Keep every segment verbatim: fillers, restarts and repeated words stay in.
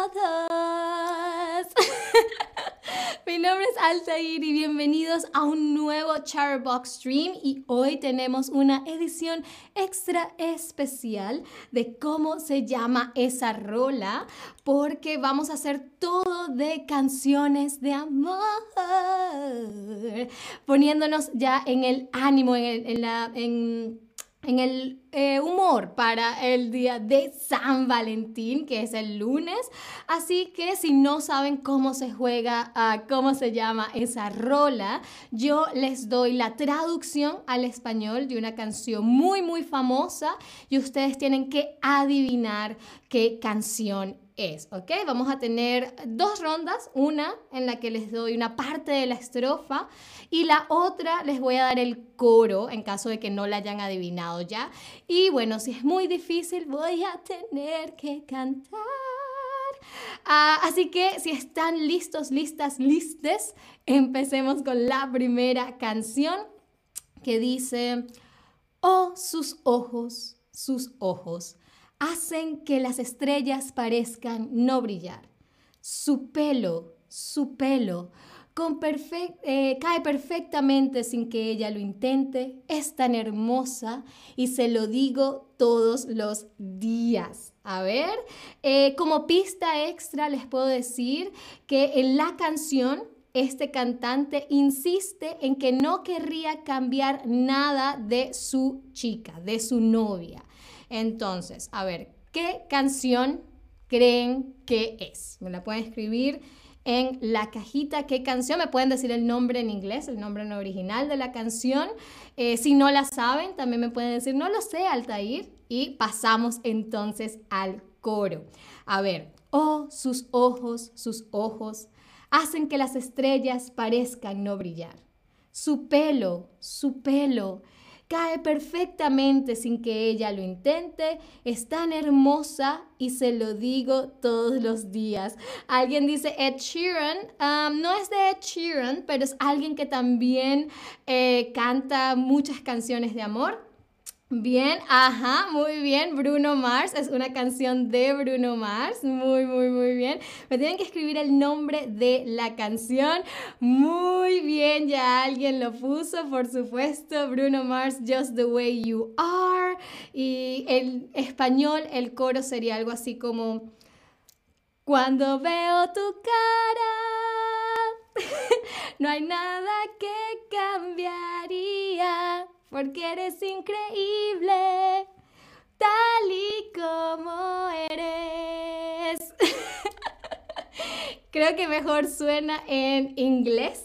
todos. Mi nombre es Altair y bienvenidos a un nuevo Chatterbox Stream, y hoy tenemos una edición extra especial de cómo se llama esa rola, porque vamos a hacer todo de canciones de amor, poniéndonos ya en el ánimo, en, el, en la... En, en el eh, humor para el día de San Valentín, que es el lunes. Así que si no saben cómo se juega, uh, cómo se llama esa rola, yo les doy la traducción al español de una canción muy, muy famosa, y ustedes tienen que adivinar qué canción es, ¿ok? Vamos a tener dos rondas, una en la que les doy una parte de la estrofa y la otra les voy a dar el coro en caso de que no la hayan adivinado ya. Y bueno, si es muy difícil voy a tener que cantar. Uh, así que si están listos, listas, listes, empecemos con la primera canción, que dice: oh, sus ojos, sus ojos hacen que las estrellas parezcan no brillar. Su pelo, su pelo, con perfect, eh, cae perfectamente sin que ella lo intente. Es tan hermosa y se lo digo todos los días. A ver, eh, como pista extra les puedo decir que en la canción este cantante insiste en que no querría cambiar nada de su chica, de su novia. Entonces, a ver, ¿qué canción creen que es? Me la pueden escribir en la cajita. ¿Qué canción? Me pueden decir el nombre en inglés, el nombre en original de la canción. Eh, si no la saben, también me pueden decir, no lo sé, Altair. Y pasamos entonces al coro. A ver, oh, sus ojos, sus ojos hacen que las estrellas parezcan no brillar. Su pelo, su pelo cae perfectamente sin que ella lo intente. Es tan hermosa y se lo digo todos los días. Alguien dice Ed Sheeran. Um, no es de Ed Sheeran, pero es alguien que también eh, canta muchas canciones de amor. Bien, ajá, muy bien. Bruno Mars, es una canción de Bruno Mars. Muy, muy, muy bien. Me tienen que escribir el nombre de la canción. Muy bien, ya alguien lo puso, por supuesto. Bruno Mars, Just the Way You Are. Y en español, el coro sería algo así como: cuando veo tu cara, no hay nada que cambiaría, porque eres increíble, tal y como eres. Creo que mejor suena en inglés.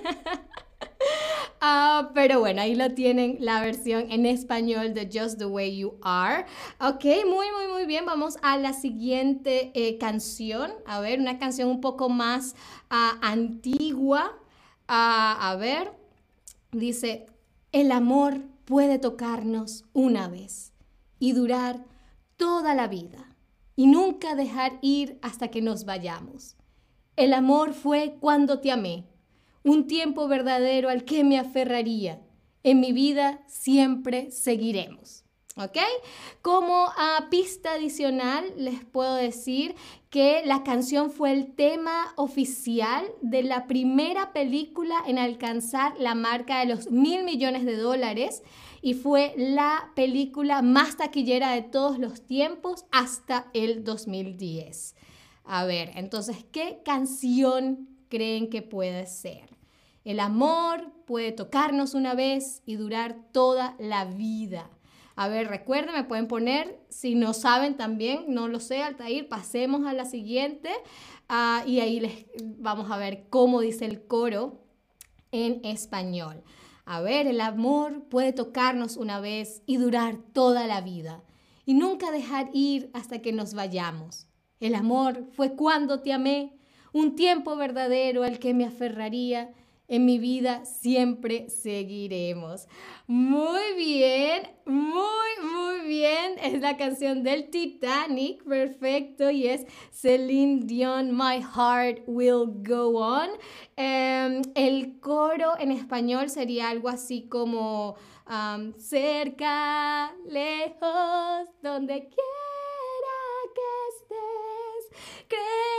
Uh, pero bueno, ahí lo tienen, la versión en español de Just the Way You Are. Ok, muy, muy, muy bien. Vamos a la siguiente eh, canción. A ver, una canción un poco más uh, antigua. Uh, a ver, dice: el amor puede tocarnos una vez y durar toda la vida, y nunca dejar ir hasta que nos vayamos. El amor fue cuando te amé, un tiempo verdadero al que me aferraría. En mi vida siempre seguiremos. ¿Ok? Como uh, pista adicional les puedo decir que la canción fue el tema oficial de la primera película en alcanzar la marca de los mil millones de dólares, y fue la película más taquillera de todos los tiempos hasta el dos mil diez. A ver, entonces, ¿qué canción creen que puede ser? El amor puede tocarnos una vez y durar toda la vida. A ver, recuerden, me pueden poner, si no saben también, no lo sé, Altair, pasemos a la siguiente uh, y ahí les vamos a ver cómo dice el coro en español. A ver, el amor puede tocarnos una vez y durar toda la vida, y nunca dejar ir hasta que nos vayamos. El amor fue cuando te amé, un tiempo verdadero al que me aferraría. En mi vida siempre seguiremos. Muy bien, muy, muy bien. Es la canción del Titanic, perfecto, y es Celine Dion, My Heart Will Go On. Um, el coro en español sería algo así como um, cerca, lejos, donde quiera que estés, creo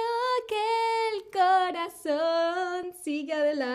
sigue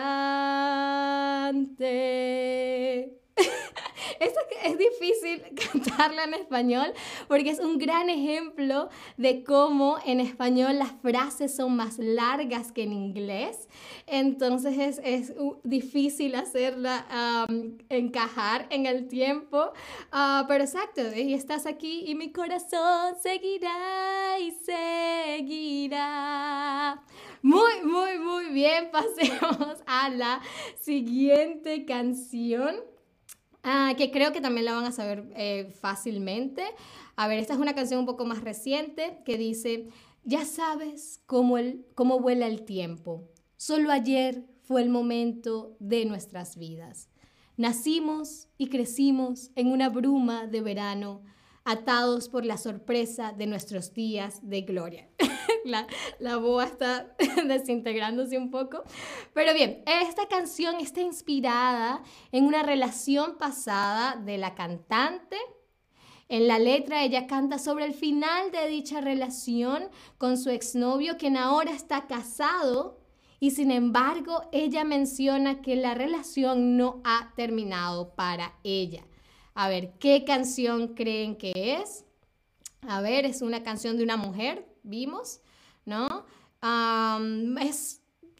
adelante. Esto es difícil cantarlo en español porque es un gran ejemplo de cómo en español las frases son más largas que en inglés. Entonces es, es uh, difícil hacerla um, encajar en el tiempo. Uh, pero exacto, y estás aquí y mi corazón seguirá y seguirá. Muy, muy, muy bien. Pasemos a la siguiente canción. Ah, que creo que también la van a saber eh, fácilmente. A ver, esta es una canción un poco más reciente que dice: ya sabes cómo, el, cómo vuela el tiempo. Solo ayer fue el momento de nuestras vidas. Nacimos y crecimos en una bruma de verano, atados por la sorpresa de nuestros días de gloria. La, la boa está desintegrándose un poco. Pero bien, esta canción está inspirada en una relación pasada de la cantante. En la letra ella canta sobre el final de dicha relación con su exnovio, quien ahora está casado, y sin embargo ella menciona que la relación no ha terminado para ella. A ver, ¿qué canción creen que es? A ver, es una canción de una mujer, vimos, ¿no? Um, es,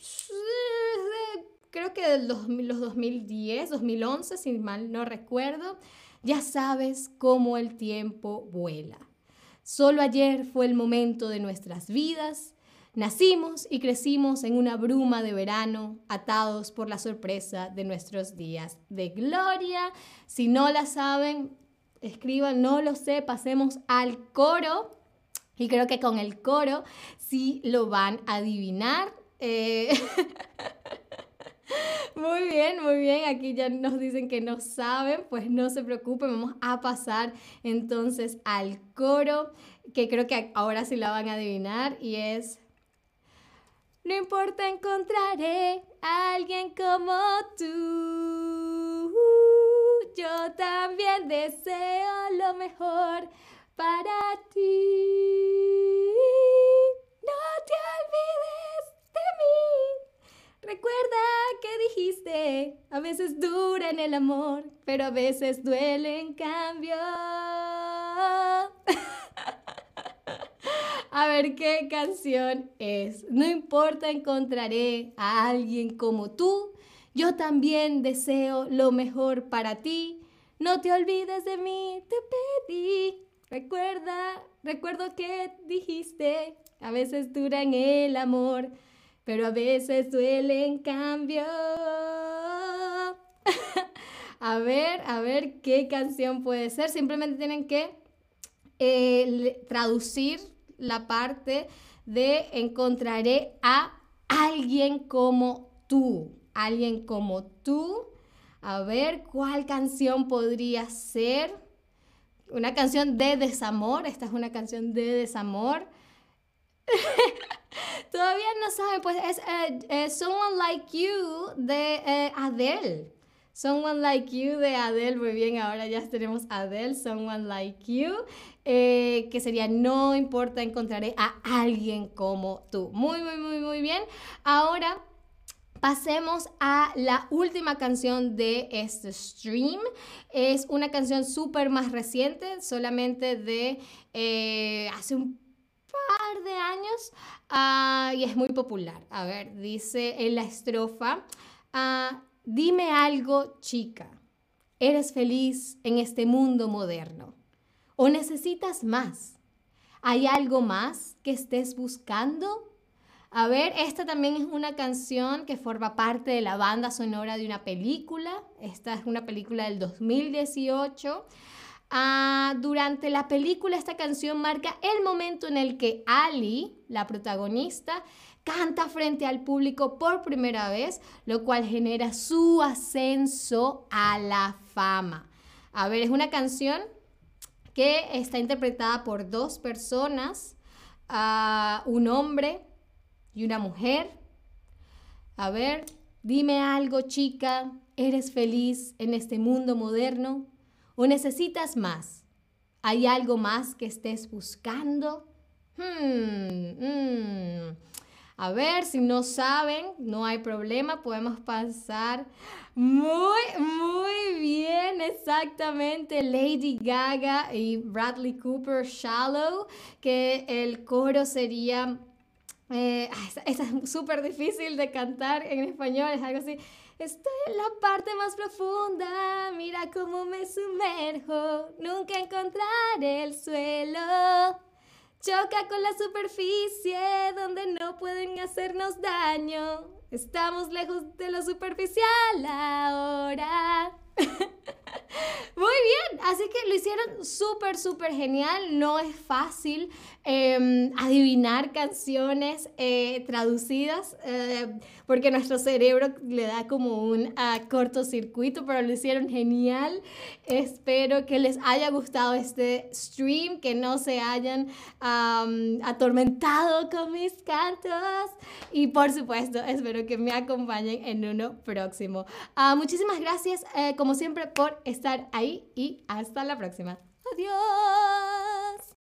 creo que de los, los dos mil diez, dos mil once, si mal no recuerdo. Ya sabes cómo el tiempo vuela. Solo ayer fue el momento de nuestras vidas. Nacimos y crecimos en una bruma de verano, atados por la sorpresa de nuestros días de gloria. Si no la saben, escriban, no lo sé, pasemos al coro. Y creo que con el coro sí lo van a adivinar. Eh... Muy bien, muy bien. Aquí ya nos dicen que no saben, pues no se preocupen. Vamos a pasar entonces al coro, que creo que ahora sí la van a adivinar, y es: no importa, encontraré a alguien como tú. Yo también deseo lo mejor para ti. No te olvides de mí. Recuerda que dijiste, a veces dura en el amor, pero a veces duele en cambio. A ver qué canción es. No importa, encontraré a alguien como tú. Yo también deseo lo mejor para ti. No te olvides de mí, te pedí. Recuerda, recuerdo que dijiste, a veces dura en el amor, pero a veces duele en cambio. A ver, a ver qué canción puede ser. Simplemente tienen que eh, traducir la parte de encontraré a alguien como tú. Alguien como tú. A ver, ¿cuál canción podría ser? Una canción de desamor. Esta es una canción de desamor. Todavía no saben, pues es uh, uh, Someone Like You de uh, Adele. Someone Like You de Adele. Muy bien, ahora ya tenemos Adele, Someone Like You, eh, que sería no importa, encontraré a alguien como tú. Muy, muy, muy, muy bien. Ahora pasemos a la última canción de este stream. Es una canción súper más reciente, solamente de eh, hace un par de años, uh, y es muy popular. A ver, dice en la estrofa: uh, dime algo, chica, ¿eres feliz en este mundo moderno? ¿O necesitas más? ¿Hay algo más que estés buscando? A ver, esta también es una canción que forma parte de la banda sonora de una película. Esta es una película del dos mil dieciocho. Uh, durante la película esta canción marca el momento en el que Ali, la protagonista, canta frente al público por primera vez, lo cual genera su ascenso a la fama. A ver, es una canción que está interpretada por dos personas, uh, un hombre y una mujer. A ver, dime algo, chica, ¿eres feliz en este mundo moderno? ¿O necesitas más? ¿Hay algo más que estés buscando? Hmm, hmm. A ver, si no saben, no hay problema, podemos pasar. Muy, muy bien, exactamente. Lady Gaga y Bradley Cooper, Shallow, que el coro sería... Eh, esa, esa es súper difícil de cantar en español, es algo así. Estoy en la parte más profunda, mira cómo me sumerjo, nunca encontraré el suelo. Choca con la superficie donde no pueden hacernos daño. Estamos lejos de lo superficial ahora. Muy bien, así que lo hicieron súper, súper genial. No es fácil eh, adivinar canciones eh, traducidas eh, porque nuestro cerebro le da como un uh, cortocircuito, pero lo hicieron genial. Espero que les haya gustado este stream, que no se hayan um, atormentado con mis cantos y por supuesto espero que me acompañen en uno próximo. Uh, muchísimas gracias eh, como siempre por estar ahí y hasta la próxima. Adiós.